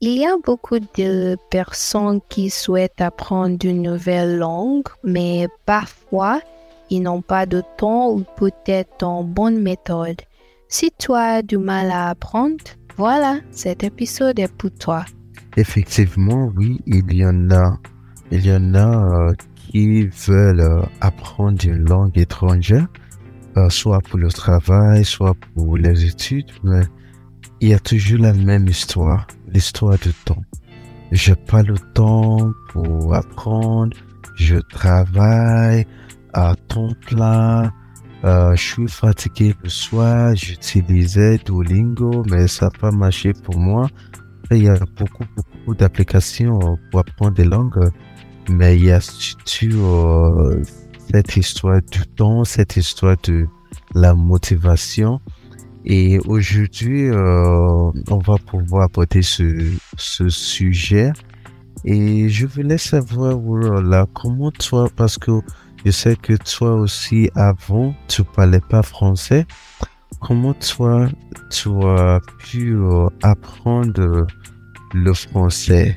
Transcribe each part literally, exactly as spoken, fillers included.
Il y a beaucoup de personnes qui souhaitent apprendre une nouvelle langue, mais parfois, ils n'ont pas de temps ou peut-être une bonne méthode. Si tu as du mal à apprendre, voilà, cet épisode est pour toi. Effectivement, oui, il y en a. Il y en a euh, qui veulent euh, apprendre une langue étrangère, euh, soit pour le travail, soit pour les études, mais il y a toujours la même histoire, l'histoire du temps. J'ai pas le temps pour apprendre, je travaille à temps plein, euh, je suis fatigué le soir, j'utilisais Duolingo, mais ça n'a pas marché pour moi. Et il y a beaucoup, beaucoup d'applications euh, pour apprendre des langues, mais il y a surtout euh, cette histoire du temps, cette histoire de la motivation. Et aujourd'hui, euh, on va pouvoir aborder ce, ce sujet. Et je voulais savoir, voilà, comment toi, parce que je sais que toi aussi, avant, tu parlais pas français. Comment toi, tu as pu euh, apprendre le français?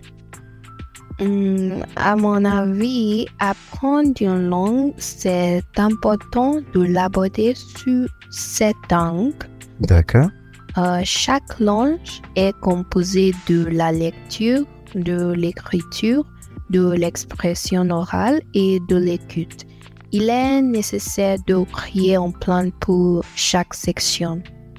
Hum, à mon avis, apprendre une langue, c'est important de l'aborder sur cet angle. D'accord. Euh, chaque langue est composée de la lecture, de l'écriture, de l'expression orale et de l'écoute. Il est nécessaire de créer un plan pour chaque section.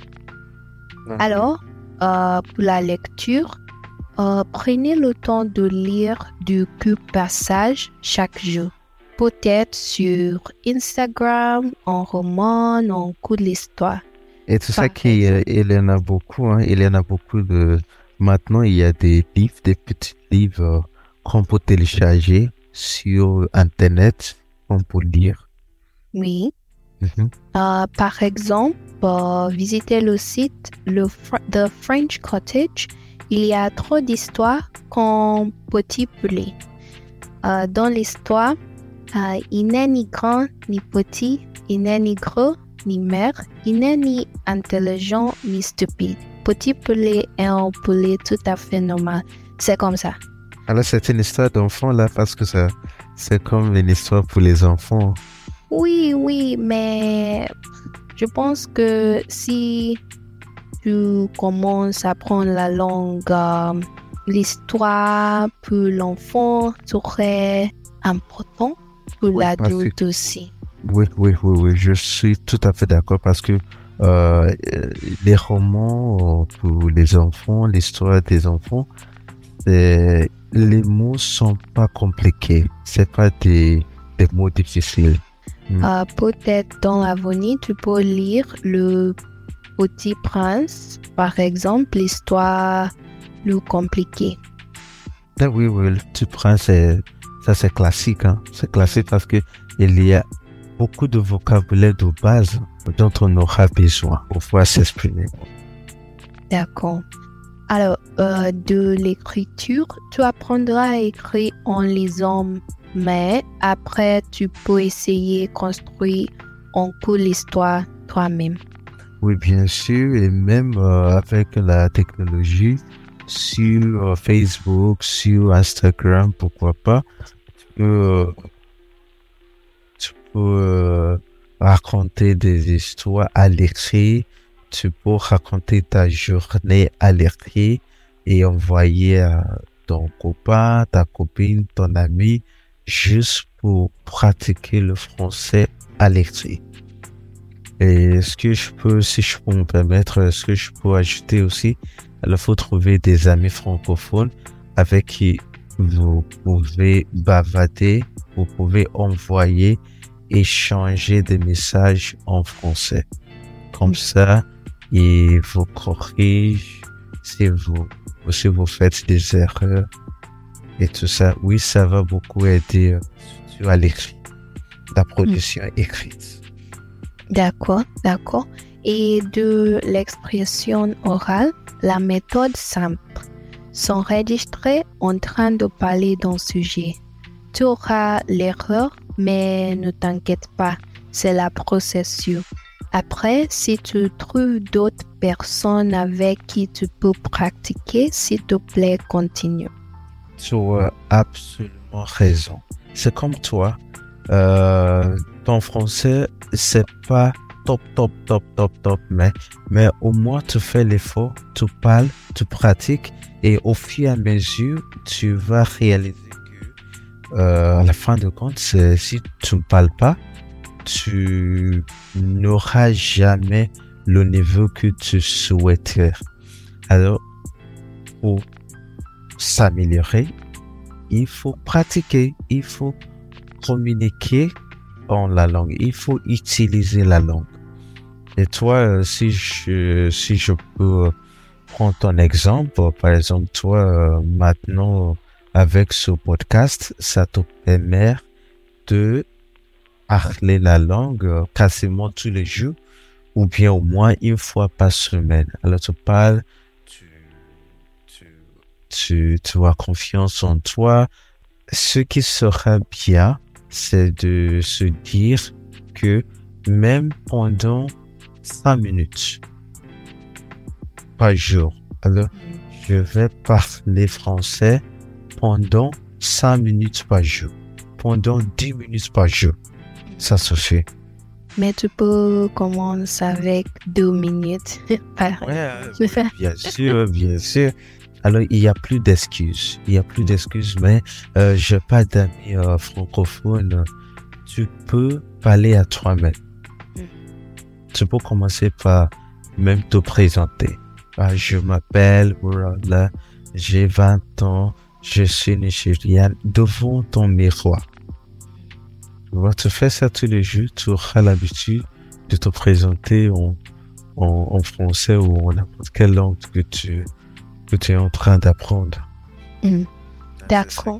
Alors, euh, pour la lecture, euh, prenez le temps de lire du passage chaque jour. Peut-être sur Instagram, en roman, en cours de l'histoire. Et tout ça Par qu'il y a- il y en a beaucoup, hein, il y en a beaucoup de... Maintenant, il y a des livres, des petits livres euh, qu'on peut télécharger sur Internet, qu'on peut lire. Oui. Mhm. Euh, par exemple, pour visiter le site le Fr- The French Cottage, il y a trop d'histoires qu'on peut lire. Euh, dans l'histoire, euh, il n'est ni grand ni petit, il n'est ni gros ni maigre, il n'est ni intelligent ni stupide. Petit poulet et un poulet tout à fait normal. C'est comme ça. Alors, c'est une histoire d'enfant, là, parce que ça, c'est comme une histoire pour les enfants. Oui, oui, mais je pense que si tu commences à apprendre la langue, euh, l'histoire pour l'enfant serait important pour Oui, parce que- l'adulte aussi. Oui, oui, oui, oui, je suis tout à fait d'accord parce que euh, euh, les romans euh, pour les enfants, l'histoire des enfants, c'est- les mots sont pas compliqués, c'est pas des, des mots difficiles. Mm. Euh, peut-être dans l'avenir, tu peux lire Le Petit Prince, par exemple, l'histoire plus compliquée. Ah oui, oui, le petit prince, c'est, ça c'est classique, hein. C'est classique parce que il y a beaucoup de vocabulaire de base dont on aura besoin pour pouvoir s'exprimer. D'accord. Alors, euh, de l'écriture, tu apprendras à écrire en lisant, mais après, tu peux essayer de construire en cours l'histoire toi-même. Oui, bien sûr, et même euh, avec la technologie, sur euh, Facebook, sur Instagram, pourquoi pas, tu peux, euh, tu peux euh, raconter des histoires à l'écrit, tu peux raconter ta journée à l'écrit et envoyer à ton copain, ta copine, ton ami, juste pour pratiquer le français à l'écrit. Et ce que je peux, si je peux me permettre, ce que je peux ajouter aussi, il faut trouver des amis francophones avec qui vous pouvez bavader, vous pouvez envoyer, échanger des messages en français. Comme ça, ils vous corrigent si vous, si vous faites des erreurs et tout ça. Oui, ça va beaucoup aider euh, surtout à l'écrit, la production écrite. D'accord, d'accord. Et de l'expression orale, la méthode simple. S'enregistrer en train de parler d'un sujet. Tu auras l'erreur, mais ne t'inquiète pas, c'est la procédure. Après, si tu trouves d'autres personnes avec qui tu peux pratiquer, s'il te plaît, continue. Tu as absolument raison. C'est comme toi, euh, ton français, c'est pas top, top, top, top, top, mais, mais au moins tu fais l'effort, tu parles, tu pratiques et au fur et à mesure, tu vas réaliser que, euh, à la fin de compte, c'est, si tu ne parles pas, tu n'auras jamais le niveau que tu souhaiterais. Alors, pour s'améliorer, il faut pratiquer, il faut communiquer en la langue, il faut utiliser la langue. Et toi, si je, si je peux prendre ton exemple, par exemple, toi, maintenant, avec ce podcast, ça te permet de parler la langue quasiment tous les jours ou bien au moins une fois par semaine. Alors, tu parles, tu, tu, tu, tu as confiance en toi. Ce qui sera bien, c'est de se dire que même pendant cinq minutes par jour, alors je vais parler français pendant cinq minutes par jour, pendant dix minutes par jour. Ça se fait. Mais tu peux commencer avec deux minutes. Par Ouais, bien sûr, bien sûr. Alors, il n'y a plus d'excuses. Il n'y a plus d'excuses, mais euh, je n'ai pas d'amis euh, francophones. Tu peux parler à toi-même. Mm. Tu peux commencer par même te présenter. Ah, je m'appelle, voilà, j'ai vingt ans, je suis nigériane, devant ton miroir. Tu fais ça tous les jours, tu auras l'habitude de te présenter en, en, en français ou en n'importe quelle langue que tu, que tu es en train d'apprendre. Mm. D'accord.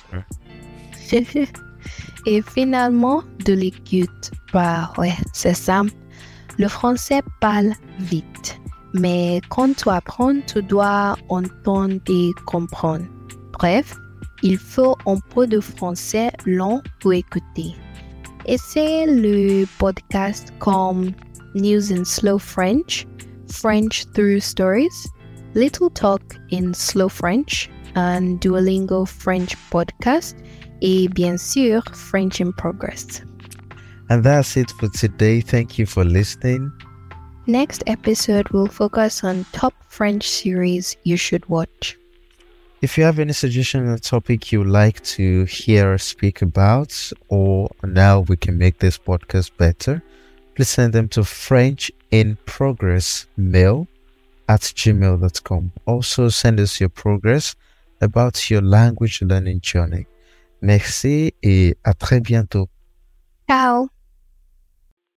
Ouais. Et finalement, de l'écoute. Bah ouais, c'est simple. Le français parle vite. Mais quand tu apprends, tu dois entendre et comprendre. Bref, il faut un peu de français lent pour écouter. Et c'est le podcast comme News in Slow French, French Through Stories, Little Talk in Slow French, and Duolingo French Podcast, et bien sûr, French in Progress. And that's it for today. Thank you for listening. Next episode will focus on top French series you should watch. If you have any suggestion on a topic you'd like to hear us speak about, or now we can make this podcast better, please send them to French in Progress mail at gmail dot com. Also, send us your progress about your language learning journey. Merci et à très bientôt. Ciao!